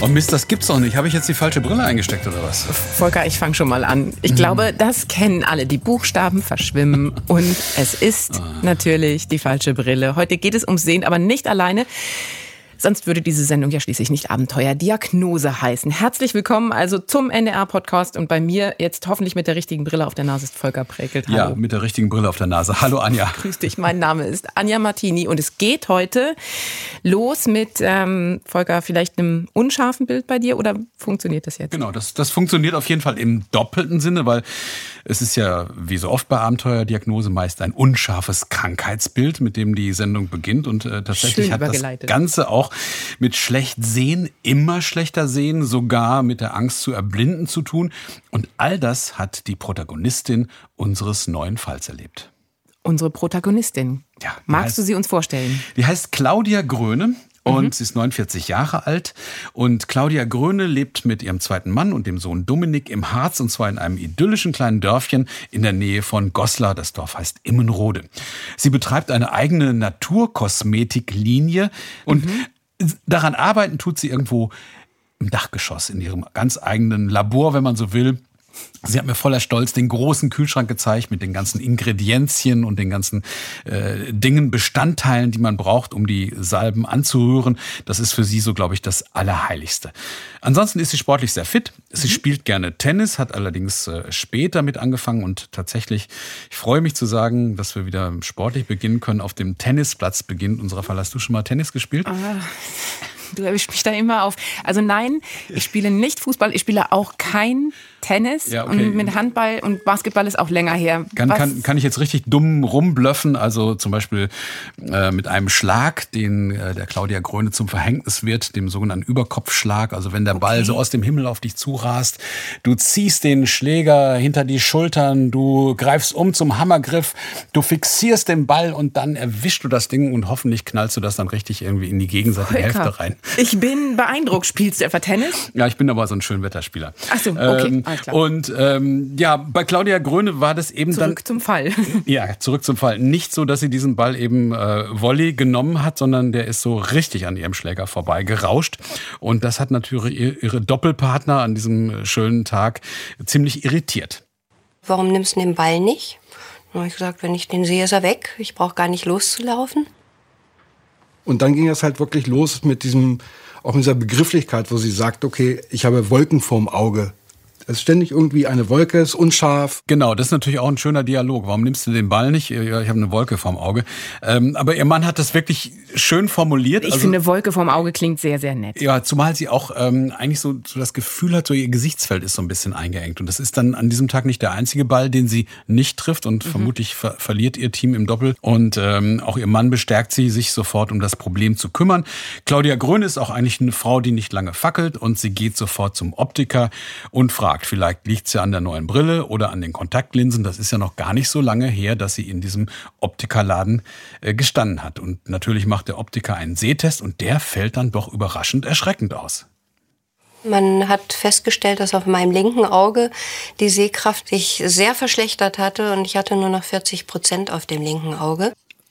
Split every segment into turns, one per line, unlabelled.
Oh Mist, das gibt's doch nicht. Habe ich jetzt die falsche Brille eingesteckt oder was?
Volker, ich fange schon mal an. Ich glaube, das kennen alle. Die Buchstaben verschwimmen und es ist natürlich die falsche Brille. Heute geht es ums Sehen, aber nicht alleine. Sonst würde diese Sendung ja schließlich nicht Abenteuerdiagnose heißen. Herzlich willkommen also zum NDR-Podcast und bei mir jetzt hoffentlich mit der richtigen Brille auf der Nase ist Volker Präkelt. Hallo.
Ja, mit der richtigen Brille auf der Nase. Hallo Anja.
Grüß dich, mein Name ist Anja Martini und es geht heute los mit, Volker, vielleicht einem unscharfen Bild bei dir oder funktioniert das jetzt?
Genau, das funktioniert auf jeden Fall im doppelten Sinne, weil es ist ja wie so oft bei Abenteuerdiagnose meist ein unscharfes Krankheitsbild, mit dem die Sendung beginnt und tatsächlich hat das Ganze auch mit schlecht sehen, immer schlechter sehen, sogar mit der Angst zu erblinden zu tun. Und all das hat die Protagonistin unseres neuen Falls erlebt.
Unsere Protagonistin.
Ja,
Magst du sie uns vorstellen?
Die heißt Claudia Gröne. Und sie ist 49 Jahre alt. Und Claudia Gröne lebt mit ihrem zweiten Mann und dem Sohn Dominik im Harz. Und zwar in einem idyllischen kleinen Dörfchen in der Nähe von Goslar. Das Dorf heißt Immenrode. Sie betreibt eine eigene Naturkosmetiklinie. Und daran arbeiten tut sie irgendwo im Dachgeschoss, in ihrem ganz eigenen Labor, wenn man so will. Sie hat mir voller Stolz den großen Kühlschrank gezeigt mit den ganzen Ingredienzien und den ganzen Dingen, Bestandteilen, die man braucht, um die Salben anzurühren. Das ist für sie so, glaube ich, das Allerheiligste. Ansonsten ist sie sportlich sehr fit. Sie spielt gerne Tennis, hat allerdings später mit angefangen und tatsächlich, ich freue mich zu sagen, dass wir wieder sportlich beginnen können. Auf dem Tennisplatz beginnt unser Fall. Hast du schon mal Tennis gespielt?
Du erwischst mich da immer auf. Also nein, ich spiele nicht Fußball, ich spiele auch kein Tennis.
Ja, okay.
Und mit Handball und Basketball ist auch länger her.
Kann ich jetzt richtig dumm rumblöffen, also zum Beispiel mit einem Schlag, den der Claudia Gröne zum Verhängnis wird, dem sogenannten Überkopfschlag, also wenn der Ball so aus dem Himmel auf dich zurast, du ziehst den Schläger hinter die Schultern, du greifst um zum Hammergriff, du fixierst den Ball und dann erwischst du das Ding und hoffentlich knallst du das dann richtig irgendwie in die gegenseitige Hälfte rein.
Ich bin beeindruckt. Spielst du etwa Tennis?
Ja, ich bin aber so ein Schönwetterspieler.
Ach so, okay, alles klar.
Und ja, bei Claudia Gröne war das eben
Zurück zum Fall.
Ja, zurück zum Fall. Nicht so, dass sie diesen Ball eben Volley genommen hat, sondern der ist so richtig an ihrem Schläger vorbei gerauscht. Und das hat natürlich ihre Doppelpartner an diesem schönen Tag ziemlich irritiert.
Warum nimmst du den Ball nicht? Dann habe ich gesagt, wenn ich den sehe, ist er weg. Ich brauche gar nicht loszulaufen.
Und dann ging es halt wirklich los mit auch mit dieser Begrifflichkeit, wo sie sagt, okay, ich habe Wolken vorm Auge. Es ist ständig irgendwie eine Wolke, ist unscharf.
Genau, das ist natürlich auch ein schöner Dialog. Warum nimmst du den Ball nicht? Ja, ich habe eine Wolke vorm Auge. Aber ihr Mann hat das wirklich schön formuliert.
Ich finde, Wolke vorm Auge klingt sehr, sehr nett.
Ja, zumal sie auch eigentlich so das Gefühl hat, so ihr Gesichtsfeld ist so ein bisschen eingeengt. Und das ist dann an diesem Tag nicht der einzige Ball, den sie nicht trifft. Und vermutlich verliert ihr Team im Doppel. Und auch ihr Mann bestärkt sie, sich sofort um das Problem zu kümmern. Claudia Gröne ist auch eigentlich eine Frau, die nicht lange fackelt. Und sie geht sofort zum Optiker und fragt, vielleicht liegt es ja an der neuen Brille oder an den Kontaktlinsen. Das ist ja noch gar nicht so lange her, dass sie in diesem Optikerladen gestanden hat. Und natürlich macht der Optiker einen Sehtest und der fällt dann doch überraschend erschreckend aus.
Man hat festgestellt, dass auf meinem linken Auge die Sehkraft sich sehr verschlechtert hatte und ich hatte nur noch 40% auf dem linken Auge.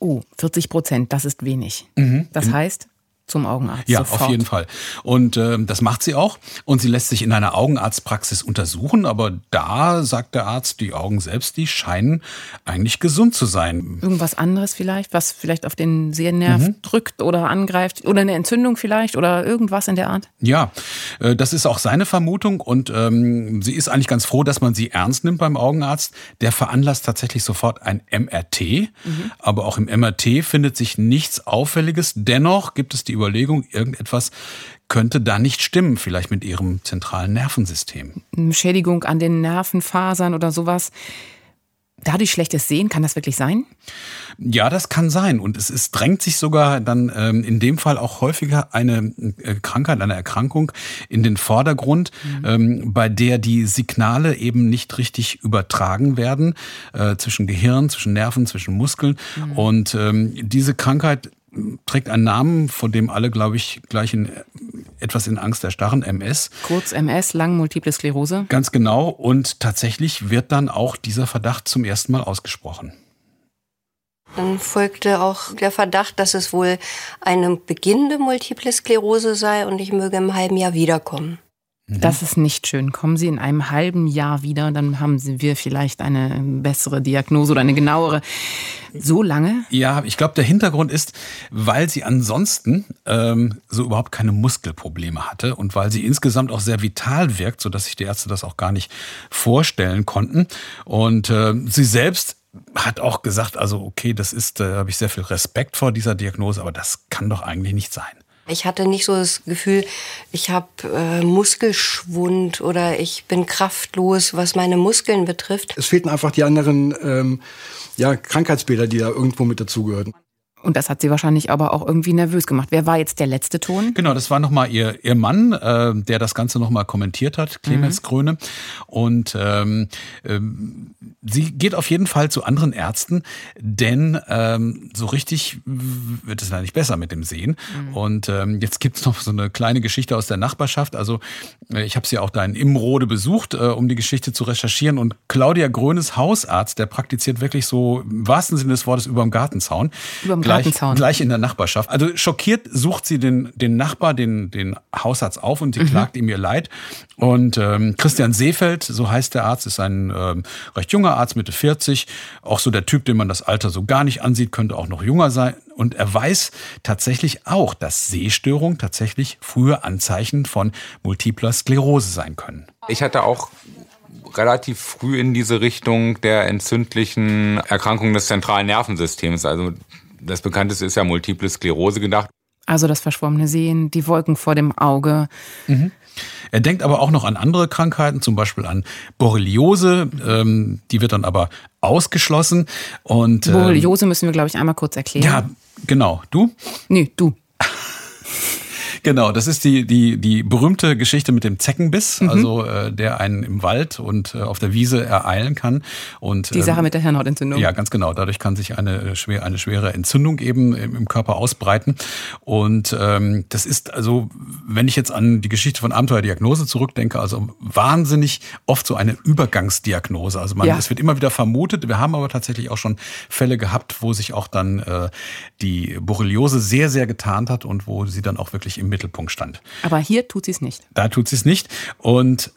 40%, das ist wenig. Das heißt, zum Augenarzt.
Ja,
sofort.
Auf jeden Fall. Und das macht sie auch. Und sie lässt sich in einer Augenarztpraxis untersuchen. Aber da sagt der Arzt, die Augen selbst, die scheinen eigentlich gesund zu sein.
Irgendwas anderes vielleicht, was vielleicht auf den Sehnerv drückt oder angreift. Oder eine Entzündung vielleicht oder irgendwas in der Art?
Ja, das ist auch seine Vermutung. Und sie ist eigentlich ganz froh, dass man sie ernst nimmt beim Augenarzt. Der veranlasst tatsächlich sofort ein MRT. Aber auch im MRT findet sich nichts Auffälliges. Dennoch gibt es die Überlegung, irgendetwas könnte da nicht stimmen, vielleicht mit ihrem zentralen Nervensystem.
Schädigung an den Nervenfasern oder sowas. Dadurch schlechtes Sehen, kann das wirklich sein?
Ja, das kann sein. Und es drängt sich sogar dann in dem Fall auch häufiger eine Krankheit, eine Erkrankung in den Vordergrund, bei der die Signale eben nicht richtig übertragen werden zwischen Gehirn, zwischen Nerven, zwischen Muskeln. Und diese Krankheit trägt einen Namen, vor dem alle, glaube ich, gleich etwas in Angst erstarren, MS.
Kurz MS, lang Multiple Sklerose.
Ganz genau. Und tatsächlich wird dann auch dieser Verdacht zum ersten Mal ausgesprochen.
Dann folgte auch der Verdacht, dass es wohl eine beginnende Multiple Sklerose sei und ich möge im halben Jahr wiederkommen.
Das ist nicht schön. Kommen Sie in einem halben Jahr wieder, dann haben wir vielleicht eine bessere Diagnose oder eine genauere. So lange?
Ja, ich glaube, der Hintergrund ist, weil sie ansonsten so überhaupt keine Muskelprobleme hatte und weil sie insgesamt auch sehr vital wirkt, sodass sich die Ärzte das auch gar nicht vorstellen konnten. Und sie selbst hat auch gesagt, also okay, das ist, habe ich sehr viel Respekt vor dieser Diagnose, aber das kann doch eigentlich nicht sein.
Ich hatte nicht so das Gefühl, ich habe Muskelschwund oder ich bin kraftlos, was meine Muskeln betrifft.
Es fehlten einfach die anderen Krankheitsbilder, die da irgendwo mit dazugehörten.
Und das hat sie wahrscheinlich aber auch irgendwie nervös gemacht. Wer war jetzt der letzte Ton?
Genau, das war nochmal ihr Mann, der das Ganze nochmal kommentiert hat, Clemens Gröne. Und sie geht auf jeden Fall zu anderen Ärzten, denn so richtig wird es leider nicht besser mit dem Sehen. Und jetzt gibt's noch so eine kleine Geschichte aus der Nachbarschaft. Also ich habe sie auch da in Imrode besucht, um die Geschichte zu recherchieren. Und Claudia Grönes Hausarzt, der praktiziert wirklich so im wahrsten Sinne des Wortes überm Gartenzaun. Gleich in der Nachbarschaft. Also schockiert sucht sie den Nachbar, den Hausarzt auf und sie klagt ihm ihr Leid. Und Christian Seefeld, so heißt der Arzt, ist ein recht junger Arzt, Mitte 40. Auch so der Typ, dem man das Alter so gar nicht ansieht, könnte auch noch jünger sein. Und er weiß tatsächlich auch, dass Sehstörungen tatsächlich frühe Anzeichen von multipler Sklerose sein können.
Ich hatte auch relativ früh in diese Richtung der entzündlichen Erkrankung des zentralen Nervensystems, also das bekannteste ist ja Multiple Sklerose gedacht.
Also das verschwommene Sehen, die Wolken vor dem Auge.
Er denkt aber auch noch an andere Krankheiten, zum Beispiel an Borreliose. Die wird dann aber ausgeschlossen. Und
Borreliose müssen wir, glaube ich, einmal kurz erklären.
Ja, genau. Du?
Nee, du.
Genau, das ist die berühmte Geschichte mit dem Zeckenbiss, also der einen im Wald und auf der Wiese ereilen kann. Und
die Sache mit der Hirnhautentzündung.
Ja, ganz genau. Dadurch kann sich eine schwere Entzündung eben im Körper ausbreiten. Und das ist also, wenn ich jetzt an die Geschichte von Abenteuerdiagnose zurückdenke, also wahnsinnig oft so eine Übergangsdiagnose. Also es wird immer wieder vermutet. Wir haben aber tatsächlich auch schon Fälle gehabt, wo sich auch dann die Borreliose sehr, sehr getarnt hat und wo sie dann auch wirklich im Mittelpunkt stand.
Aber hier tut sie es nicht.
Da tut sie es nicht. Und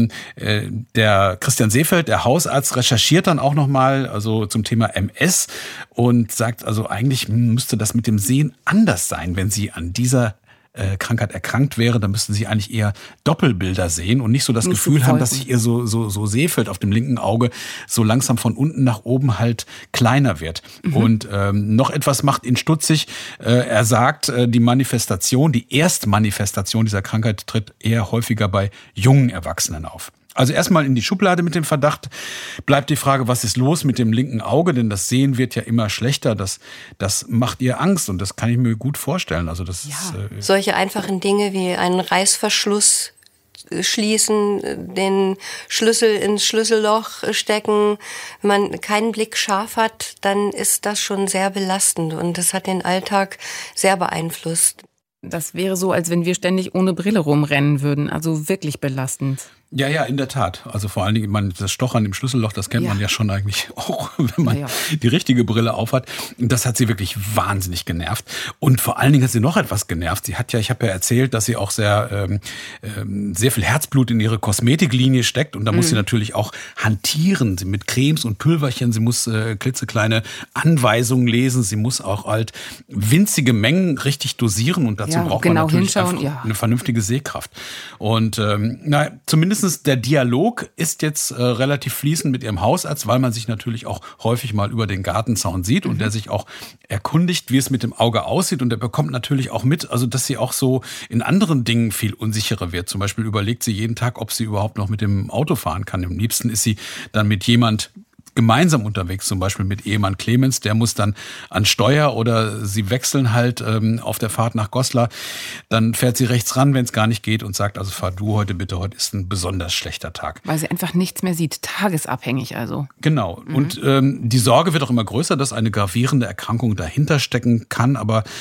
der Christian Seefeld, der Hausarzt, recherchiert dann auch nochmal also zum Thema MS und sagt, also eigentlich müsste das mit dem Sehen anders sein, wenn sie an dieser Krankheit erkrankt wäre, dann müssten sie eigentlich eher Doppelbilder sehen und nicht so das Gefühl haben, dass sich ihr so Sehfeld auf dem linken Auge so langsam von unten nach oben halt kleiner wird. Und noch etwas macht ihn stutzig. Er sagt, die Erstmanifestation dieser Krankheit tritt eher häufiger bei jungen Erwachsenen auf. Also erstmal in die Schublade mit dem Verdacht. Bleibt die Frage, was ist los mit dem linken Auge? Denn das Sehen wird ja immer schlechter. Das macht ihr Angst und das kann ich mir gut vorstellen. Also das ist,
solche einfachen Dinge wie einen Reißverschluss schließen, den Schlüssel ins Schlüsselloch stecken. Wenn man keinen Blick scharf hat, dann ist das schon sehr belastend und das hat den Alltag sehr beeinflusst.
Das wäre so, als wenn wir ständig ohne Brille rumrennen würden. Also wirklich belastend.
Ja, in der Tat. Also vor allen Dingen, das Stochern im Schlüsselloch, das kennt man ja schon eigentlich auch, wenn man die richtige Brille aufhat. Das hat sie wirklich wahnsinnig genervt. Und vor allen Dingen hat sie noch etwas genervt. Ich habe ja erzählt, dass sie auch sehr viel Herzblut in ihre Kosmetiklinie steckt. Und da muss sie natürlich auch hantieren. Sie mit Cremes und Pülverchen. Sie muss klitzekleine Anweisungen lesen. Sie muss auch halt winzige Mengen richtig dosieren. Und dazu braucht man natürlich einfach eine vernünftige Sehkraft. Und zumindest der Dialog ist jetzt relativ fließend mit ihrem Hausarzt, weil man sich natürlich auch häufig mal über den Gartenzaun sieht und der sich auch erkundigt, wie es mit dem Auge aussieht. Und er bekommt natürlich auch mit, also dass sie auch so in anderen Dingen viel unsicherer wird. Zum Beispiel überlegt sie jeden Tag, ob sie überhaupt noch mit dem Auto fahren kann. Am liebsten ist sie dann mit jemand gemeinsam unterwegs, zum Beispiel mit Ehemann Clemens, der muss dann an Steuer oder sie wechseln halt auf der Fahrt nach Goslar. Dann fährt sie rechts ran, wenn es gar nicht geht und sagt, also fahr du heute bitte, heute ist ein besonders schlechter Tag.
Weil sie einfach nichts mehr sieht, tagesabhängig also.
Genau. Und die Sorge wird auch immer größer, dass eine gravierende Erkrankung dahinter stecken kann, aber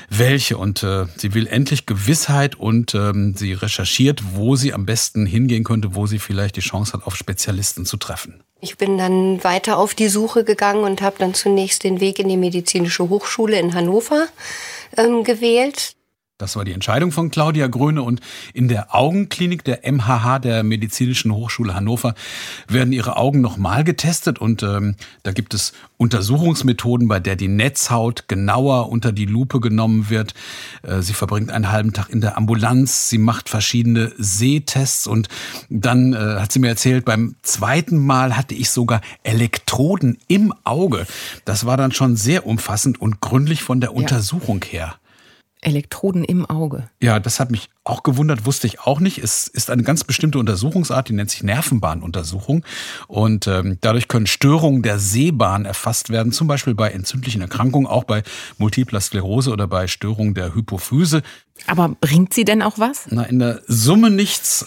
welche. Und sie will endlich Gewissheit und sie recherchiert, wo sie am besten hingehen könnte, wo sie vielleicht die Chance hat, auf Spezialisten zu treffen.
Ich bin dann weiter auf die Suche gegangen und habe dann zunächst den Weg in die Medizinische Hochschule in Hannover gewählt.
Das war die Entscheidung von Claudia Gröne, und in der Augenklinik der MHH, der Medizinischen Hochschule Hannover, werden ihre Augen nochmal getestet, und da gibt es Untersuchungsmethoden, bei der die Netzhaut genauer unter die Lupe genommen wird. Sie verbringt einen halben Tag in der Ambulanz, sie macht verschiedene Sehtests, und dann hat sie mir erzählt, beim zweiten Mal hatte ich sogar Elektroden im Auge. Das war dann schon sehr umfassend und gründlich von der Untersuchung her.
Elektroden im Auge.
Ja, das hat mich auch gewundert, wusste ich auch nicht. Es ist eine ganz bestimmte Untersuchungsart, die nennt sich Nervenbahnuntersuchung. Und dadurch können Störungen der Sehbahn erfasst werden, zum Beispiel bei entzündlichen Erkrankungen, auch bei Multipler Sklerose oder bei Störungen der Hypophyse.
Aber bringt sie denn auch was?
Na, in der Summe nichts.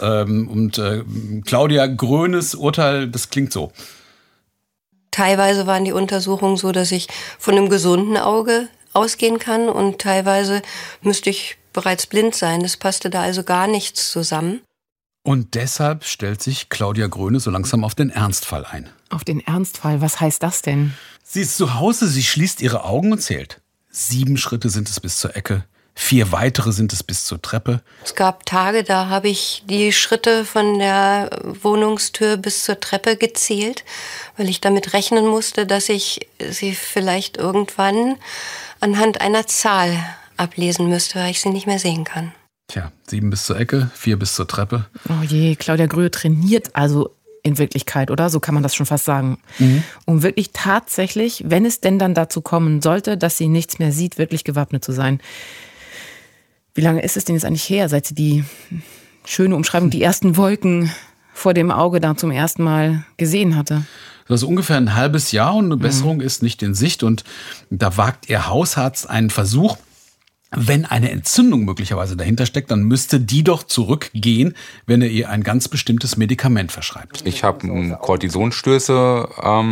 Claudia Grönes Urteil, das klingt so.
Teilweise waren die Untersuchungen so, dass ich von einem gesunden Auge ausgehen kann, und teilweise müsste ich bereits blind sein. Das passte da also gar nichts zusammen.
Und deshalb stellt sich Claudia Gröne so langsam auf den Ernstfall ein.
Auf den Ernstfall, was heißt das denn?
Sie ist zu Hause, sie schließt ihre Augen und zählt. 7 Schritte sind es bis zur Ecke, 4 weitere sind es bis zur Treppe.
Es gab Tage, da habe ich die Schritte von der Wohnungstür bis zur Treppe gezählt, weil ich damit rechnen musste, dass ich sie vielleicht irgendwann anhand einer Zahl ablesen müsste, weil ich sie nicht mehr sehen kann.
Tja, 7 bis zur Ecke, 4 bis zur Treppe.
Oh je, Claudia Gröhe trainiert also in Wirklichkeit, oder? So kann man das schon fast sagen. Um wirklich tatsächlich, wenn es denn dann dazu kommen sollte, dass sie nichts mehr sieht, wirklich gewappnet zu sein. Wie lange ist es denn jetzt eigentlich her, seit sie die schöne Umschreibung, die ersten Wolken vor dem Auge da zum ersten Mal gesehen hatte?
Das ist ungefähr ein halbes Jahr, und eine Besserung ist nicht in Sicht. Und da wagt ihr Hausarzt einen Versuch. Wenn eine Entzündung möglicherweise dahinter steckt, dann müsste die doch zurückgehen, wenn er ihr ein ganz bestimmtes Medikament verschreibt.
Ich habe Kortisonstöße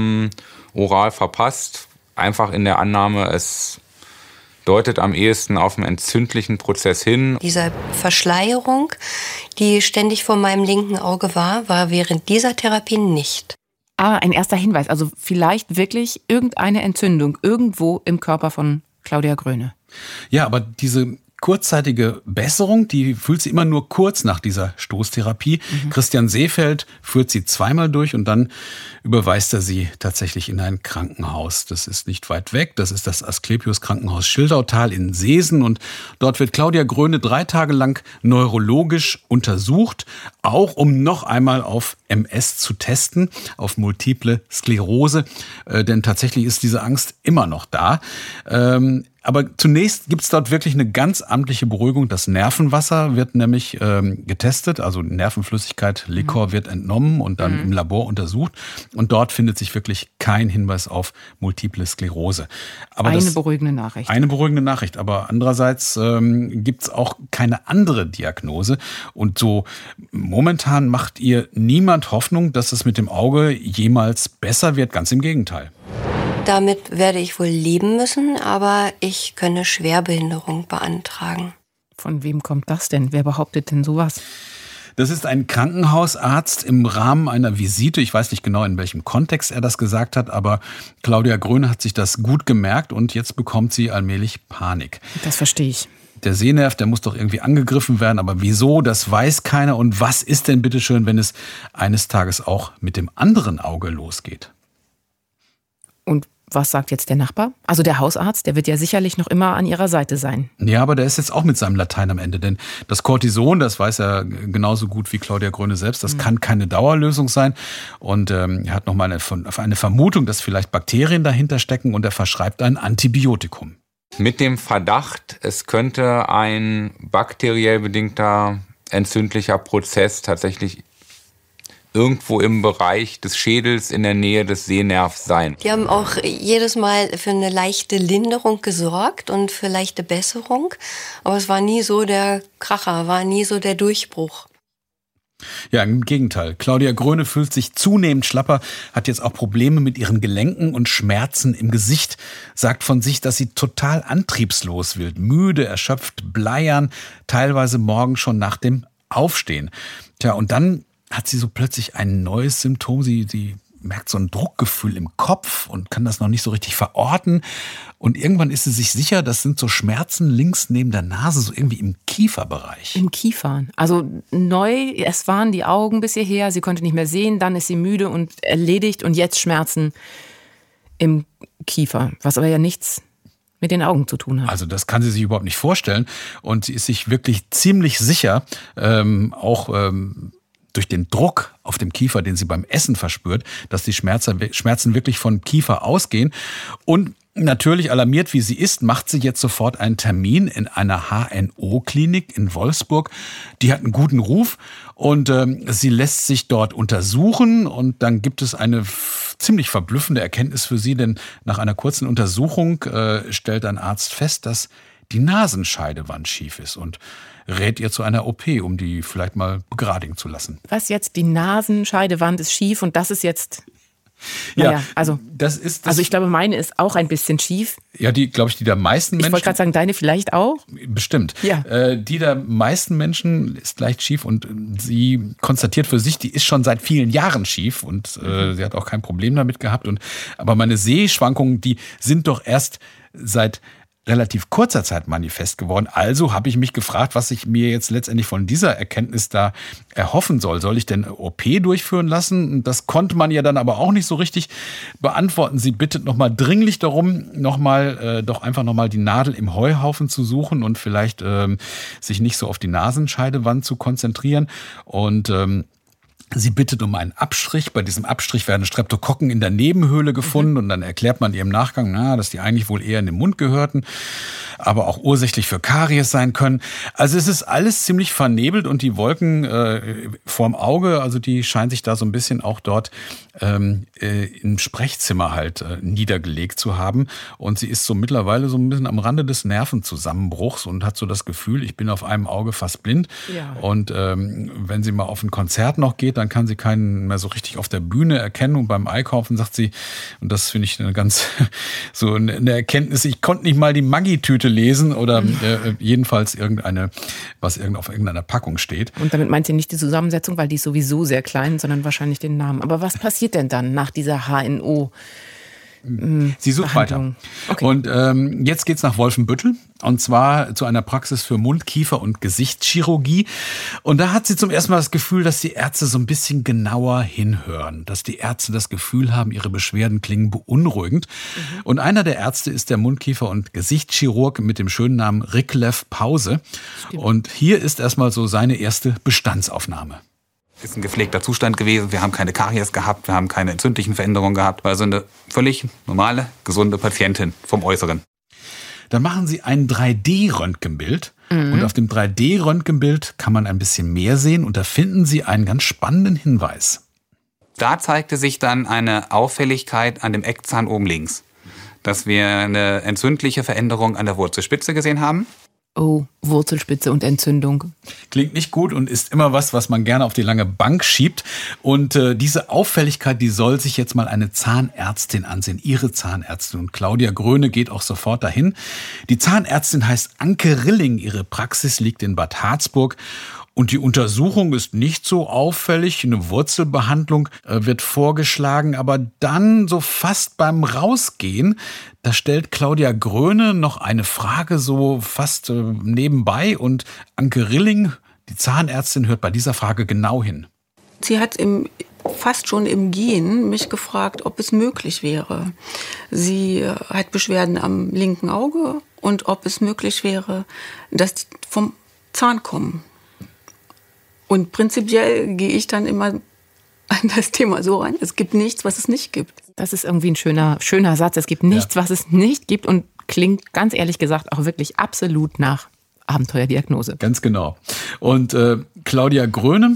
oral verpasst, einfach in der Annahme, es deutet am ehesten auf einen entzündlichen Prozess hin.
Diese Verschleierung, die ständig vor meinem linken Auge war während dieser Therapie nicht.
Ah, ein erster Hinweis. Also vielleicht wirklich irgendeine Entzündung irgendwo im Körper von Claudia Gröne.
Ja, aber diese kurzzeitige Besserung, die fühlt sie immer nur kurz nach dieser Stoßtherapie. Christian Seefeld führt sie zweimal durch, und dann überweist er sie tatsächlich in ein Krankenhaus. Das ist nicht weit weg. Das ist das Asklepios-Krankenhaus Schildautal in Seesen, und dort wird Claudia Gröne 3 Tage lang neurologisch untersucht, auch um noch einmal auf MS zu testen, auf Multiple Sklerose, denn tatsächlich ist diese Angst immer noch da. Aber zunächst gibt es dort wirklich eine ganz amtliche Beruhigung. Das Nervenwasser wird nämlich getestet, also Nervenflüssigkeit, Liquor wird entnommen und dann im Labor untersucht. Und dort findet sich wirklich kein Hinweis auf Multiple Sklerose. Aber
eine beruhigende Nachricht.
Eine beruhigende Nachricht. Aber andererseits gibt es auch keine andere Diagnose. Und so momentan macht ihr niemand Hoffnung, dass es mit dem Auge jemals besser wird. Ganz im Gegenteil.
Damit werde ich wohl leben müssen, aber ich könne Schwerbehinderung beantragen.
Von wem kommt das denn? Wer behauptet denn sowas?
Das ist ein Krankenhausarzt im Rahmen einer Visite. Ich weiß nicht genau, in welchem Kontext er das gesagt hat, aber Claudia Gröne hat sich das gut gemerkt, und jetzt bekommt sie allmählich Panik.
Das verstehe ich.
Der Sehnerv, der muss doch irgendwie angegriffen werden, aber wieso, das weiß keiner. Und was ist denn bitteschön, wenn es eines Tages auch mit dem anderen Auge losgeht?
Und was sagt jetzt der Nachbar? Also der Hausarzt, der wird ja sicherlich noch immer an ihrer Seite sein.
Ja, aber der ist jetzt auch mit seinem Latein am Ende. Denn das Cortison, das weiß er genauso gut wie Claudia Gröne selbst, das kann keine Dauerlösung sein. Und er hat nochmal eine Vermutung, dass vielleicht Bakterien dahinter stecken, und er verschreibt ein Antibiotikum.
Mit dem Verdacht, es könnte ein bakteriell bedingter entzündlicher Prozess tatsächlich irgendwo im Bereich des Schädels in der Nähe des Sehnervs sein.
Die haben auch jedes Mal für eine leichte Linderung gesorgt und für leichte Besserung. Aber es war nie so der Kracher, war nie so der Durchbruch.
Ja, im Gegenteil. Claudia Gröne fühlt sich zunehmend schlapper, hat jetzt auch Probleme mit ihren Gelenken und Schmerzen im Gesicht, sagt von sich, dass sie total antriebslos wird, müde, erschöpft, bleiern, teilweise morgens schon nach dem Aufstehen. Tja, und dann hat sie so plötzlich ein neues Symptom. Sie merkt so ein Druckgefühl im Kopf und kann das noch nicht so richtig verorten. Und irgendwann ist sie sich sicher, das sind so Schmerzen links neben der Nase, so irgendwie im Kieferbereich.
Im Kiefer. Also neu, es waren die Augen bis hierher, sie konnte nicht mehr sehen, dann ist sie müde und erledigt und jetzt Schmerzen im Kiefer, was aber ja nichts mit den Augen zu tun hat.
Also das kann sie sich überhaupt nicht vorstellen und sie ist sich wirklich ziemlich sicher, durch den Druck auf dem Kiefer, den sie beim Essen verspürt, dass die Schmerzen wirklich vom Kiefer ausgehen. Und natürlich alarmiert, wie sie ist, macht sie jetzt sofort einen Termin in einer HNO-Klinik in Wolfsburg. Die hat einen guten Ruf und sie lässt sich dort untersuchen. Und dann gibt es eine ziemlich verblüffende Erkenntnis für sie, denn nach einer kurzen Untersuchung stellt ein Arzt fest, dass die Nasenscheidewand schief ist und rät ihr zu einer OP, um die vielleicht mal begradigen zu lassen.
Was jetzt? Die Nasenscheidewand ist schief und das ist jetzt... Naja, also ich glaube, meine ist auch ein bisschen schief.
Ja, die der meisten Menschen...
Ich wollte gerade sagen, deine vielleicht auch?
Bestimmt.
Ja.
Die der meisten Menschen ist leicht schief und sie konstatiert für sich, die ist schon seit vielen Jahren schief und sie hat auch kein Problem damit gehabt. Aber meine Sehschwankungen, die sind doch erst seit relativ kurzer Zeit manifest geworden. Also habe ich mich gefragt, was ich mir jetzt letztendlich von dieser Erkenntnis da erhoffen soll. Soll ich denn OP durchführen lassen? Das konnte man ja dann aber auch nicht so richtig beantworten. Sie bittet nochmal dringlich darum, doch einfach nochmal die Nadel im Heuhaufen zu suchen und vielleicht sich nicht so auf die Nasenscheidewand zu konzentrieren. Und sie bittet um einen Abstrich. Bei diesem Abstrich werden Streptokokken in der Nebenhöhle gefunden und dann erklärt man ihr im Nachgang, dass die eigentlich wohl eher in den Mund gehörten, aber auch ursächlich für Karies sein können. Also es ist alles ziemlich vernebelt und die Wolken vorm Auge, also die scheinen sich da so ein bisschen auch dort im Sprechzimmer halt niedergelegt zu haben. Und sie ist so mittlerweile so ein bisschen am Rande des Nervenzusammenbruchs und hat so das Gefühl, ich bin auf einem Auge fast blind. Ja. Und wenn sie mal auf ein Konzert noch geht, dann kann sie keinen mehr so richtig auf der Bühne erkennen. Und beim Einkaufen sagt sie, und das finde ich eine ganz so eine Erkenntnis, ich konnte nicht mal die Maggi-Tüte lesen oder jedenfalls was auf irgendeiner Packung steht.
Und damit meint sie nicht die Zusammensetzung, weil die ist sowieso sehr klein, sondern wahrscheinlich den Namen. Aber was passiert denn dann nach dieser HNO?
Sie sucht weiter. Okay. Und jetzt geht's nach Wolfenbüttel und zwar zu einer Praxis für Mund-, Kiefer- und Gesichtschirurgie. Und da hat sie zum ersten Mal das Gefühl, dass die Ärzte so ein bisschen genauer hinhören, dass die Ärzte das Gefühl haben, ihre Beschwerden klingen beunruhigend. Und einer der Ärzte ist der Mund-, Kiefer- und Gesichtschirurg mit dem schönen Namen Ricklev Pause. Stimmt. Und hier ist erstmal so seine erste Bestandsaufnahme.
Ist ein gepflegter Zustand gewesen. Wir haben keine Karies gehabt, wir haben keine entzündlichen Veränderungen gehabt. Also eine völlig normale, gesunde Patientin vom Äußeren.
Dann machen sie ein 3D-Röntgenbild. Und auf dem 3D-Röntgenbild kann man ein bisschen mehr sehen. Und da finden sie einen ganz spannenden Hinweis.
Da zeigte sich dann eine Auffälligkeit an dem Eckzahn oben links. Dass wir eine entzündliche Veränderung an der Wurzelspitze gesehen haben.
Oh, Wurzelspitze und Entzündung.
Klingt nicht gut und ist immer was man gerne auf die lange Bank schiebt. Und diese Auffälligkeit, die soll sich jetzt mal eine Zahnärztin ansehen, ihre Zahnärztin. Und Claudia Gröne geht auch sofort dahin. Die Zahnärztin heißt Anke Rilling, ihre Praxis liegt in Bad Harzburg. Und die Untersuchung ist nicht so auffällig. Eine Wurzelbehandlung wird vorgeschlagen. Aber dann, so fast beim Rausgehen, da stellt Claudia Gröne noch eine Frage so fast nebenbei. Und Anke Rilling, die Zahnärztin, hört bei dieser Frage genau hin.
Sie hat fast schon im Gehen mich gefragt, ob es möglich wäre. Sie hat Beschwerden am linken Auge und ob es möglich wäre, dass die vom Zahn kommen. Und prinzipiell gehe ich dann immer an das Thema so rein. Es gibt nichts, was es nicht gibt.
Das ist irgendwie ein schöner Satz. Es gibt nichts, was es nicht gibt und klingt ganz ehrlich gesagt auch wirklich absolut nach Abenteuerdiagnose.
Ganz genau. Und Claudia Gröne,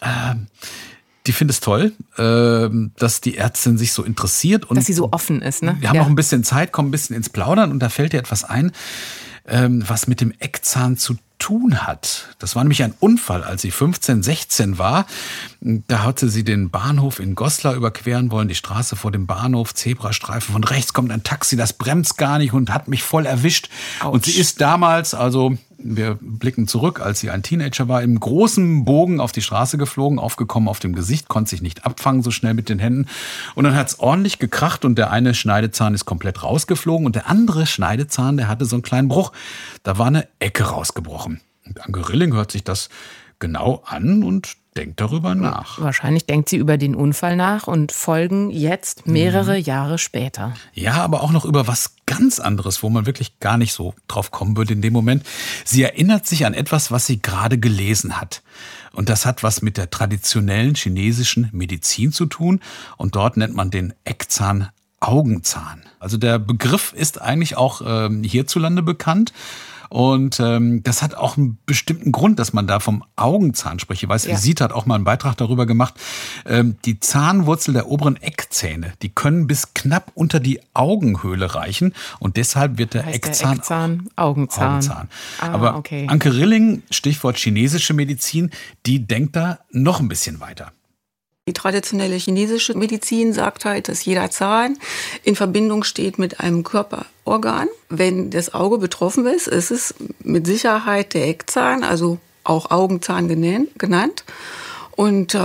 die findet es toll, dass die Ärztin sich so interessiert. Und
dass sie so offen ist. Ne?
Wir haben noch ein bisschen Zeit, kommen ein bisschen ins Plaudern und da fällt ihr etwas ein, was mit dem Eckzahn zu tun hat. Das war nämlich ein Unfall, als sie 15, 16 war. Da hatte sie den Bahnhof in Goslar überqueren wollen, die Straße vor dem Bahnhof, Zebrastreifen. Von rechts kommt ein Taxi, das bremst gar nicht und hat mich voll erwischt.
Autsch.
Und sie ist damals, also wir blicken zurück, als sie ein Teenager war, im großen Bogen auf die Straße geflogen, aufgekommen auf dem Gesicht, konnte sich nicht abfangen so schnell mit den Händen. Und dann hat es ordentlich gekracht und der eine Schneidezahn ist komplett rausgeflogen und der andere Schneidezahn, der hatte so einen kleinen Bruch. Da war eine Ecke rausgebrochen. Und Anke Rilling hört sich das genau an und denkt darüber nach.
Wahrscheinlich denkt sie über den Unfall nach und Folgen jetzt mehrere Jahre später.
Ja, aber auch noch über was ganz anderes, wo man wirklich gar nicht so drauf kommen würde in dem Moment. Sie erinnert sich an etwas, was sie gerade gelesen hat. Und das hat was mit der traditionellen chinesischen Medizin zu tun. Und dort nennt man den Eckzahn Augenzahn. Also der Begriff ist eigentlich auch hierzulande bekannt. Und das hat auch einen bestimmten Grund, dass man da vom Augenzahn spricht. Ich weiß, Visite hat auch mal einen Beitrag darüber gemacht. Die Zahnwurzel der oberen Eckzähne, die können bis knapp unter die Augenhöhle reichen. Und deshalb wird der Eckzahn Augenzahn. Aber okay. Anke Rilling, Stichwort chinesische Medizin, die denkt da noch ein bisschen weiter.
Die traditionelle chinesische Medizin sagt halt, dass jeder Zahn in Verbindung steht mit einem Körperorgan. Wenn das Auge betroffen ist, ist es mit Sicherheit der Eckzahn, also auch Augenzahn genannt. Und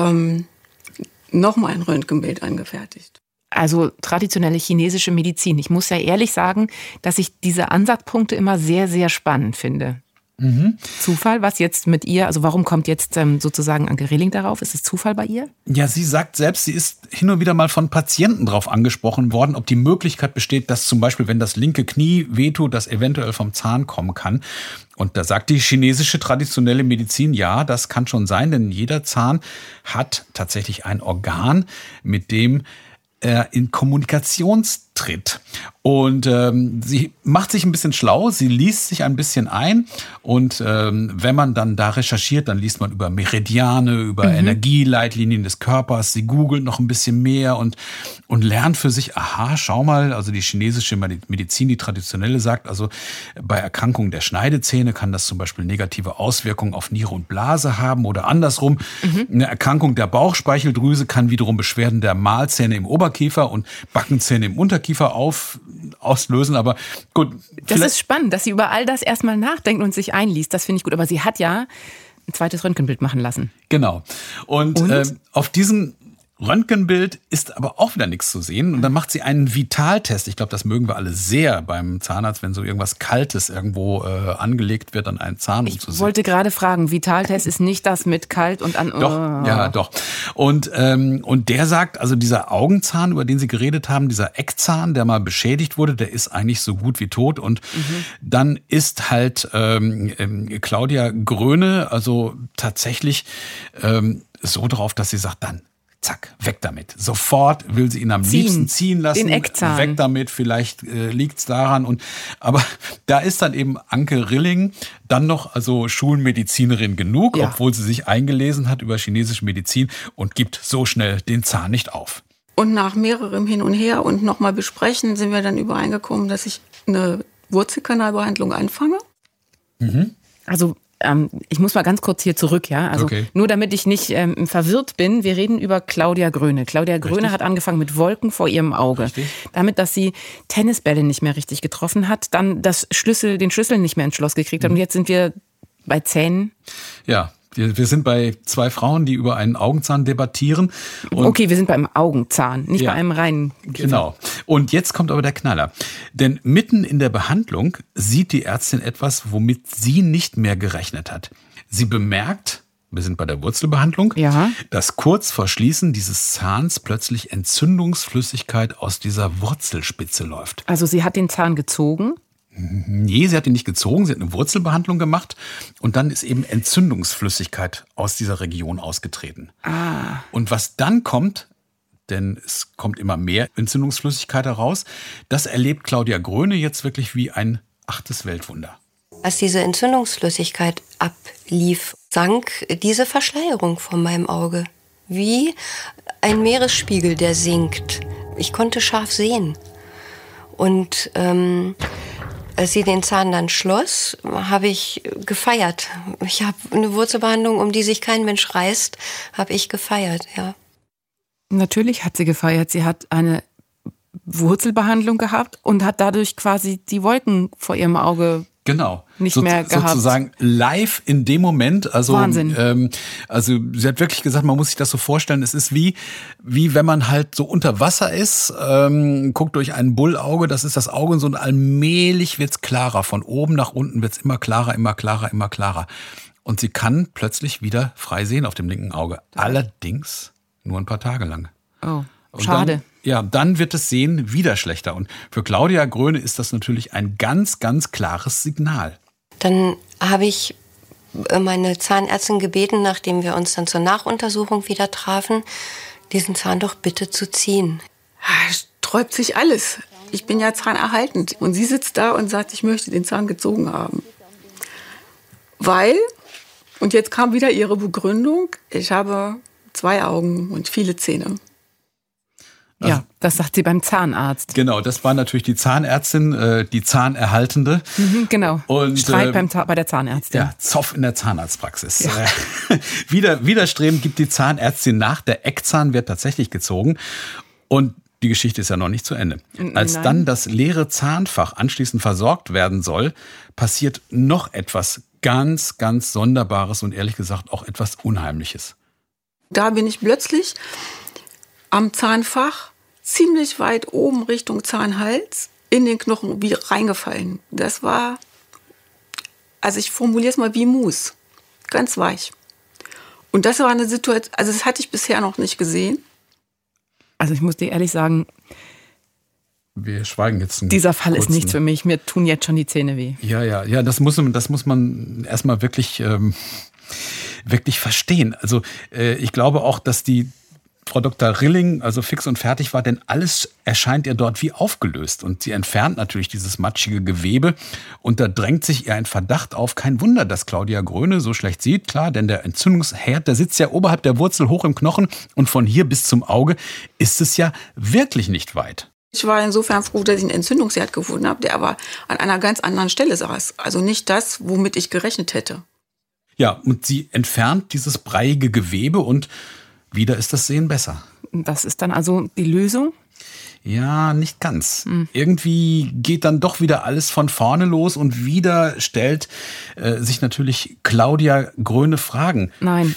nochmal ein Röntgenbild angefertigt.
Also traditionelle chinesische Medizin. Ich muss ja ehrlich sagen, dass ich diese Ansatzpunkte immer sehr, sehr spannend finde. Zufall, was jetzt mit ihr, also warum kommt jetzt sozusagen Anke Rilling darauf? Ist es Zufall bei ihr?
Ja, sie sagt selbst, sie ist hin und wieder mal von Patienten drauf angesprochen worden, ob die Möglichkeit besteht, dass zum Beispiel, wenn das linke Knie wehtut, das eventuell vom Zahn kommen kann. Und da sagt die chinesische traditionelle Medizin, ja, das kann schon sein, denn jeder Zahn hat tatsächlich ein Organ, mit dem er in Kommunikation tritt. Und sie macht sich ein bisschen schlau, sie liest sich ein bisschen ein und wenn man dann da recherchiert, dann liest man über Meridiane, über Energieleitlinien des Körpers, sie googelt noch ein bisschen mehr und lernt für sich, aha, schau mal, also die chinesische Medizin, die traditionelle sagt, also bei Erkrankungen der Schneidezähne kann das zum Beispiel negative Auswirkungen auf Niere und Blase haben oder andersrum. Eine Erkrankung der Bauchspeicheldrüse kann wiederum Beschwerden der Mahlzähne im Oberkiefer und Backenzähne im Unterkiefer auslösen, aber gut.
Das ist spannend, dass sie über all das erstmal nachdenkt und sich einliest. Das finde ich gut. Aber sie hat ja ein zweites Röntgenbild machen lassen.
Genau. Und? Auf diesem Röntgenbild ist aber auch wieder nichts zu sehen. Und dann macht sie einen Vitaltest. Ich glaube, das mögen wir alle sehr beim Zahnarzt, wenn so irgendwas Kaltes irgendwo angelegt wird an einen Zahn.
Ich wollte gerade fragen, Vitaltest ist nicht das mit kalt und an...
Doch, ja, doch. Und der sagt, also dieser Augenzahn, über den Sie geredet haben, dieser Eckzahn, der mal beschädigt wurde, der ist eigentlich so gut wie tot. Und dann ist halt Claudia Gröne also tatsächlich so drauf, dass sie sagt, dann zack, weg damit. Sofort will sie ihn am liebsten ziehen lassen.
Den Eckzahn.
Weg damit, vielleicht liegt's daran. Aber da ist dann eben Anke Rilling dann noch also Schulmedizinerin genug, obwohl sie sich eingelesen hat über chinesische Medizin und gibt so schnell den Zahn nicht auf.
Und nach mehrerem Hin und Her und nochmal besprechen sind wir dann übereingekommen, dass ich eine Wurzelkanalbehandlung anfange.
Also ich muss mal ganz kurz hier zurück, ja. Also nur damit ich nicht verwirrt bin, wir reden über Claudia Gröne. Claudia Gröne hat angefangen mit Wolken vor ihrem Auge. Damit, dass sie Tennisbälle nicht mehr richtig getroffen hat, dann den Schlüssel nicht mehr ins Schloss gekriegt hat. Und jetzt sind wir bei Zähnen.
Ja. Wir sind bei zwei Frauen, die über einen Augenzahn debattieren. Und
okay, wir sind beim Augenzahn, nicht bei einem reinen Kiefer.
Genau. Und jetzt kommt aber der Knaller. Denn mitten in der Behandlung sieht die Ärztin etwas, womit sie nicht mehr gerechnet hat. Sie bemerkt, wir sind bei der Wurzelbehandlung, dass kurz vor Schließen dieses Zahns plötzlich Entzündungsflüssigkeit aus dieser Wurzelspitze läuft.
Also sie hat den Zahn gezogen?
Nee, sie hat ihn nicht gezogen, sie hat eine Wurzelbehandlung gemacht und dann ist eben Entzündungsflüssigkeit aus dieser Region ausgetreten. Und was dann kommt, denn es kommt immer mehr Entzündungsflüssigkeit heraus, das erlebt Claudia Gröne jetzt wirklich wie ein 8. Weltwunder.
Als diese Entzündungsflüssigkeit ablief, sank diese Verschleierung von meinem Auge. Wie ein Meeresspiegel, der sinkt. Ich konnte scharf sehen. Und Als sie den Zahn dann schloss, habe ich gefeiert. Ich habe eine Wurzelbehandlung, um die sich kein Mensch reißt, habe ich gefeiert, ja.
Natürlich hat sie gefeiert. Sie hat eine Wurzelbehandlung gehabt und hat dadurch quasi die Wolken vor ihrem Auge nicht mehr gehabt.
Sozusagen live in dem Moment. Also,
Wahnsinn.
Also sie hat wirklich gesagt, man muss sich das so vorstellen, es ist wie wenn man halt so unter Wasser ist, guckt durch ein Bullauge, das ist das Auge und so, und allmählich wird's klarer. Von oben nach unten wird's immer klarer, immer klarer, immer klarer. Und sie kann plötzlich wieder frei sehen auf dem linken Auge. Allerdings nur ein paar Tage lang.
Oh, schade.
Dann wird das Sehen wieder schlechter. Und für Claudia Gröne ist das natürlich ein ganz, ganz klares Signal.
Dann habe ich meine Zahnärztin gebeten, nachdem wir uns dann zur Nachuntersuchung wieder trafen, diesen Zahn doch bitte zu ziehen.
Sträubt sich alles. Ich bin ja zahnerhaltend. Und sie sitzt da und sagt, ich möchte den Zahn gezogen haben. Weil, und jetzt kam wieder ihre Begründung, ich habe 2 Augen und viele Zähne.
Ja, das sagt sie beim Zahnarzt.
Genau, das war natürlich die Zahnärztin, die Zahnerhaltende.
Genau.
Und
Streit bei der Zahnärztin.
Ja, Zoff in der Zahnarztpraxis.
Ja.
Widerstrebend gibt die Zahnärztin nach, der Eckzahn wird tatsächlich gezogen. Und die Geschichte ist ja noch nicht zu Ende. Als dann das leere Zahnfach anschließend versorgt werden soll, passiert noch etwas ganz, ganz Sonderbares und ehrlich gesagt auch etwas Unheimliches.
Da bin ich plötzlich am Zahnfach ziemlich weit oben Richtung Zahnhals in den Knochen wie reingefallen. Das war, also ich formuliere es mal wie Mus, ganz weich. Und das war eine Situation, also das hatte ich bisher noch nicht gesehen.
Also ich muss dir ehrlich sagen,
wir schweigen jetzt.
Dieser Fall ist nichts für mich. Mir tun jetzt schon die Zähne weh.
Ja, das muss man erstmal wirklich verstehen. Also ich glaube auch, dass die Frau Dr. Rilling also fix und fertig war, denn alles erscheint ihr dort wie aufgelöst. Und sie entfernt natürlich dieses matschige Gewebe und da drängt sich ihr ein Verdacht auf. Kein Wunder, dass Claudia Gröne so schlecht sieht, klar, denn der Entzündungsherd, der sitzt ja oberhalb der Wurzel hoch im Knochen und von hier bis zum Auge ist es ja wirklich nicht weit.
Ich war insofern froh, dass ich einen Entzündungsherd gefunden habe, der aber an einer ganz anderen Stelle saß. Also nicht das, womit ich gerechnet hätte.
Ja, und sie entfernt dieses breiige Gewebe und wieder ist das Sehen besser.
Das ist dann also die Lösung?
Ja, nicht ganz. Irgendwie geht dann doch wieder alles von vorne los und wieder stellt sich natürlich Claudia Gröne Fragen.
Nein.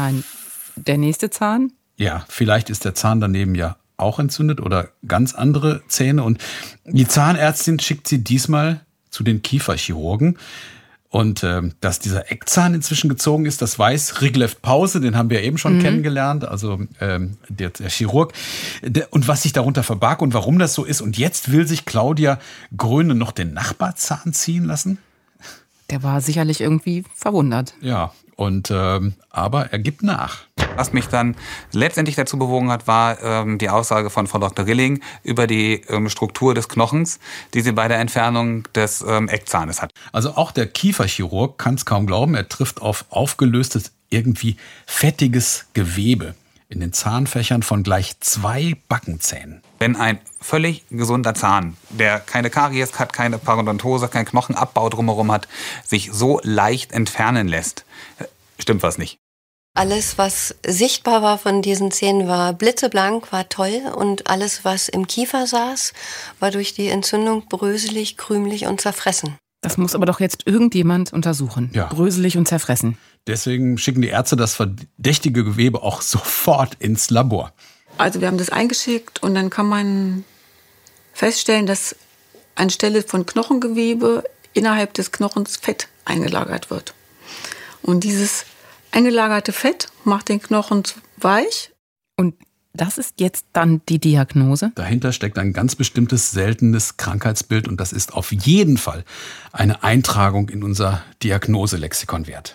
Der nächste Zahn?
Ja, vielleicht ist der Zahn daneben ja auch entzündet oder ganz andere Zähne. Und die Zahnärztin schickt sie diesmal zu den Kieferchirurgen. Und dass dieser Eckzahn inzwischen gezogen ist, das weiß Riglev Pause, den haben wir eben schon kennengelernt, also der Chirurg. Und was sich darunter verbarg und warum das so ist. Und jetzt will sich Claudia Gröne noch den Nachbarzahn ziehen lassen?
Der war sicherlich irgendwie verwundert.
Ja, und aber er gibt nach.
Was mich dann letztendlich dazu bewogen hat, war die Aussage von Frau Dr. Rilling über die Struktur des Knochens, die sie bei der Entfernung des Eckzahnes hat.
Also auch der Kieferchirurg kann es kaum glauben, er trifft auf aufgelöstes, irgendwie fettiges Gewebe in den Zahnfächern von gleich 2 Backenzähnen.
Wenn ein völlig gesunder Zahn, der keine Karies hat, keine Parodontose, keinen Knochenabbau drumherum hat, sich so leicht entfernen lässt, stimmt was nicht.
Alles, was sichtbar war von diesen Zähnen, war blitzeblank, war toll. Und alles, was im Kiefer saß, war durch die Entzündung bröselig, krümelig und zerfressen.
Das muss aber doch jetzt irgendjemand untersuchen.
Ja.
Bröselig und zerfressen.
Deswegen schicken die Ärzte das verdächtige Gewebe auch sofort ins Labor.
Also wir haben das eingeschickt und dann kann man feststellen, dass anstelle von Knochengewebe innerhalb des Knochens Fett eingelagert wird. Und dieses eingelagerte Fett macht den Knochen weich.
Und das ist jetzt dann die Diagnose?
Dahinter steckt ein ganz bestimmtes, seltenes Krankheitsbild und das ist auf jeden Fall eine Eintragung in unser Diagnoselexikon wert.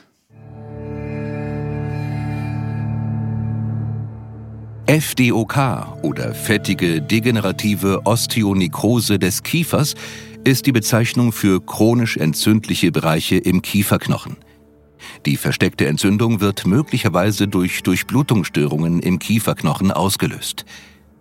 FDOK oder fettige degenerative Osteonekrose des Kiefers ist die Bezeichnung für chronisch entzündliche Bereiche im Kieferknochen. Die versteckte Entzündung wird möglicherweise durch Durchblutungsstörungen im Kieferknochen ausgelöst.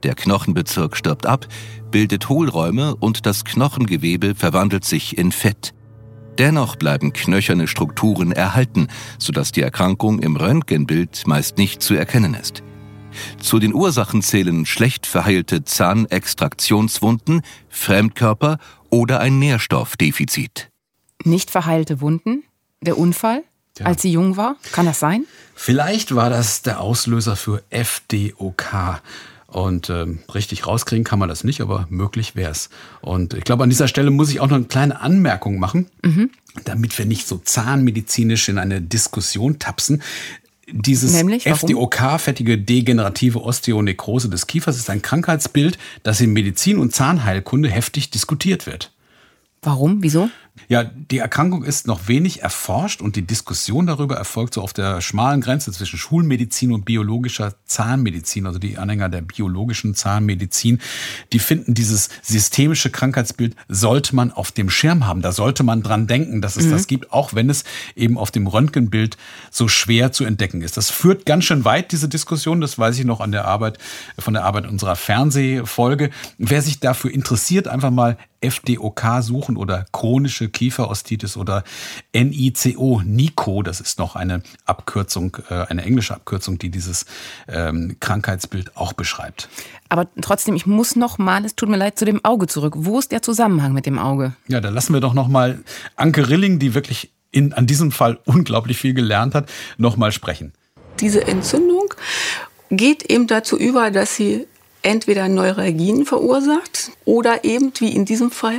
Der Knochenbezirk stirbt ab, bildet Hohlräume und das Knochengewebe verwandelt sich in Fett. Dennoch bleiben knöcherne Strukturen erhalten, sodass die Erkrankung im Röntgenbild meist nicht zu erkennen ist. Zu den Ursachen zählen schlecht verheilte Zahnextraktionswunden, Fremdkörper oder ein Nährstoffdefizit.
Nicht verheilte Wunden? Der Unfall, als sie jung war? Kann das sein?
Vielleicht war das der Auslöser für FDOK. Und richtig rauskriegen kann man das nicht, aber möglich wäre es. Und ich glaube, an dieser Stelle muss ich auch noch eine kleine Anmerkung machen, damit wir nicht so zahnmedizinisch in eine Diskussion tapsen. Dieses FDOK, fettige degenerative Osteonekrose des Kiefers, ist ein Krankheitsbild, das in Medizin und Zahnheilkunde heftig diskutiert wird.
Warum? Wieso?
Ja, die Erkrankung ist noch wenig erforscht und die Diskussion darüber erfolgt so auf der schmalen Grenze zwischen Schulmedizin und biologischer Zahnmedizin. Also die Anhänger der biologischen Zahnmedizin, die finden, dieses systemische Krankheitsbild sollte man auf dem Schirm haben. Da sollte man dran denken, dass es das gibt, auch wenn es eben auf dem Röntgenbild so schwer zu entdecken ist. Das führt ganz schön weit, diese Diskussion. Das weiß ich noch von der Arbeit unserer Fernsehfolge. Wer sich dafür interessiert, einfach mal FDOK suchen oder chronische Kieferostitis oder NICO, das ist noch eine Abkürzung, eine englische Abkürzung, die dieses Krankheitsbild auch beschreibt.
Aber trotzdem, ich muss noch mal, es tut mir leid, zu dem Auge zurück. Wo ist der Zusammenhang mit dem Auge?
Ja, da lassen wir doch noch mal Anke Rilling, die wirklich an diesem Fall unglaublich viel gelernt hat, noch mal sprechen.
Diese Entzündung geht eben dazu über, dass sie entweder Neuralgien verursacht oder eben, wie in diesem Fall,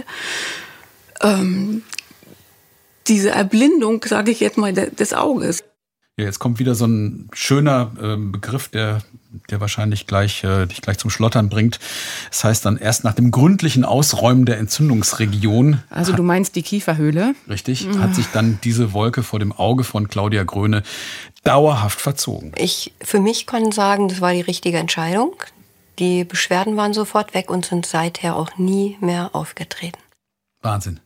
diese Erblindung, sage ich jetzt mal, des Auges.
Ja, jetzt kommt wieder so ein schöner Begriff, der wahrscheinlich dich gleich zum Schlottern bringt. Das heißt dann erst nach dem gründlichen Ausräumen der Entzündungsregion.
Also du meinst die Kieferhöhle?
Richtig, hat sich dann diese Wolke vor dem Auge von Claudia Gröne dauerhaft verzogen.
Ich für mich kann sagen, das war die richtige Entscheidung. Die Beschwerden waren sofort weg und sind seither auch nie mehr aufgetreten.
Wahnsinn.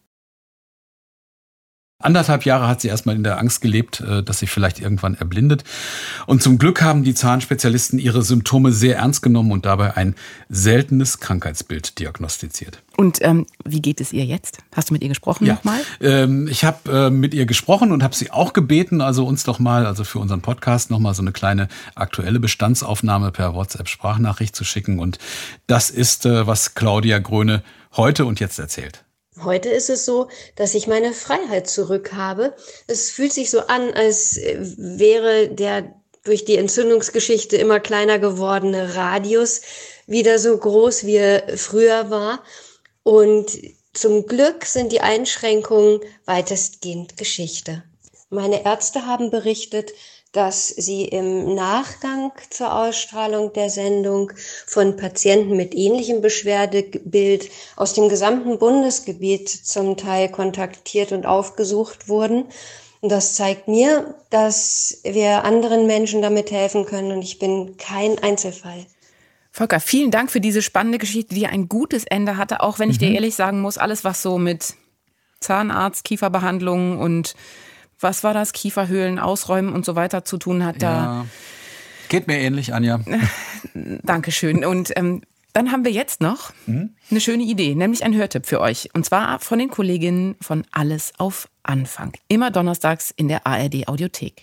1,5 Jahre hat sie erstmal in der Angst gelebt, dass sie vielleicht irgendwann erblindet. Und zum Glück haben die Zahnspezialisten ihre Symptome sehr ernst genommen und dabei ein seltenes Krankheitsbild diagnostiziert.
Und wie geht es ihr jetzt? Hast du mit ihr gesprochen nochmal?
Ich habe mit ihr gesprochen und habe sie auch gebeten, uns doch mal, also für unseren Podcast, nochmal so eine kleine aktuelle Bestandsaufnahme per WhatsApp-Sprachnachricht zu schicken. Und das ist, was Claudia Gröne heute und jetzt erzählt.
Heute ist es so, dass ich meine Freiheit zurück habe. Es fühlt sich so an, als wäre der durch die Entzündungsgeschichte immer kleiner gewordene Radius wieder so groß, wie er früher war. Und zum Glück sind die Einschränkungen weitestgehend Geschichte. Meine Ärzte haben berichtet, dass sie im Nachgang zur Ausstrahlung der Sendung von Patienten mit ähnlichem Beschwerdebild aus dem gesamten Bundesgebiet zum Teil kontaktiert und aufgesucht wurden. Und das zeigt mir, dass wir anderen Menschen damit helfen können und ich bin kein Einzelfall.
Volker, vielen Dank für diese spannende Geschichte, die ein gutes Ende hatte, auch wenn ich dir ehrlich sagen muss, alles was so mit Zahnarzt, Kieferbehandlung und was war das? Kieferhöhlen, Ausräumen und so weiter zu tun hat.
Ja, geht mir ähnlich, Anja.
Dankeschön. Und dann haben wir jetzt noch eine schöne Idee, nämlich ein Hörtipp für euch. Und zwar von den Kolleginnen von Alles auf Anfang. Immer donnerstags in der ARD Audiothek.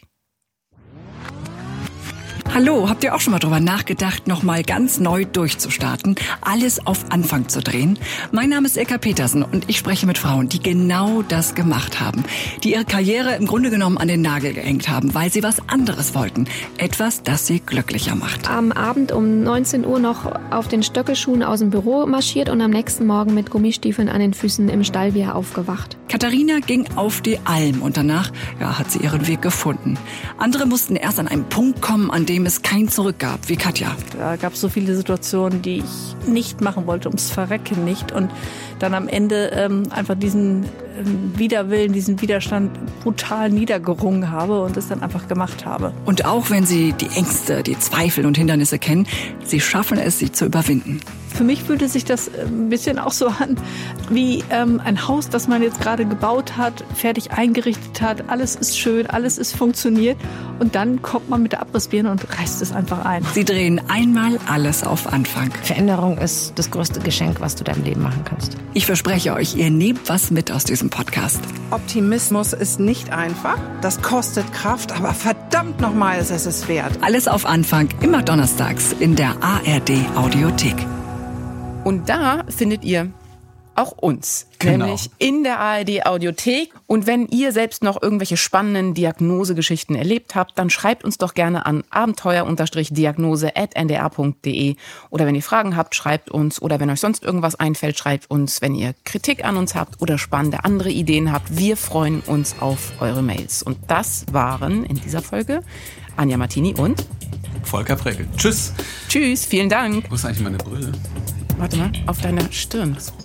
Hallo, habt ihr auch schon mal drüber nachgedacht, nochmal ganz neu durchzustarten, alles auf Anfang zu drehen? Mein Name ist Ilka Petersen und ich spreche mit Frauen, die genau das gemacht haben, die ihre Karriere im Grunde genommen an den Nagel gehängt haben, weil sie was anderes wollten, etwas, das sie glücklicher macht.
Am Abend um 19 Uhr noch auf den Stöckelschuhen aus dem Büro marschiert und am nächsten Morgen mit Gummistiefeln an den Füßen im Stall wieder aufgewacht.
Katharina ging auf die Alm und danach hat sie ihren Weg gefunden. Andere mussten erst an einen Punkt kommen, an dem es kein Zurück gab, wie Katja.
Da gab es so viele Situationen, die ich nicht machen wollte, ums Verrecken nicht. Und dann am Ende einfach diesen Widerwillen, diesen Widerstand brutal niedergerungen habe und es dann einfach gemacht habe.
Und auch wenn sie die Ängste, die Zweifel und Hindernisse kennen, sie schaffen es, sie zu überwinden.
Für mich fühlte sich das ein bisschen auch so an wie ein Haus, das man jetzt gerade gebaut hat, fertig eingerichtet hat. Alles ist schön, alles ist funktioniert. Und dann kommt man mit der Abrissbirne und reißt es einfach ein.
Sie drehen einmal alles auf Anfang.
Veränderung ist das größte Geschenk, was du deinem Leben machen kannst.
Ich verspreche euch, ihr nehmt was mit aus diesem Podcast.
Optimismus ist nicht einfach. Das kostet Kraft, aber verdammt nochmal ist es wert.
Alles auf Anfang, immer donnerstags in der ARD-Audiothek.
Und da findet ihr auch uns,
Genau.
nämlich in der ARD-Audiothek. Und wenn ihr selbst noch irgendwelche spannenden Diagnosegeschichten erlebt habt, dann schreibt uns doch gerne an abenteuer-diagnose@ndr.de. Oder wenn ihr Fragen habt, schreibt uns. Oder wenn euch sonst irgendwas einfällt, schreibt uns. Wenn ihr Kritik an uns habt oder spannende andere Ideen habt, wir freuen uns auf eure Mails. Und das waren in dieser Folge Anja Martini und
Volker Pregel. Tschüss.
Tschüss, vielen Dank.
Wo ist eigentlich meine Brille?
Warte mal, auf deiner Stirn.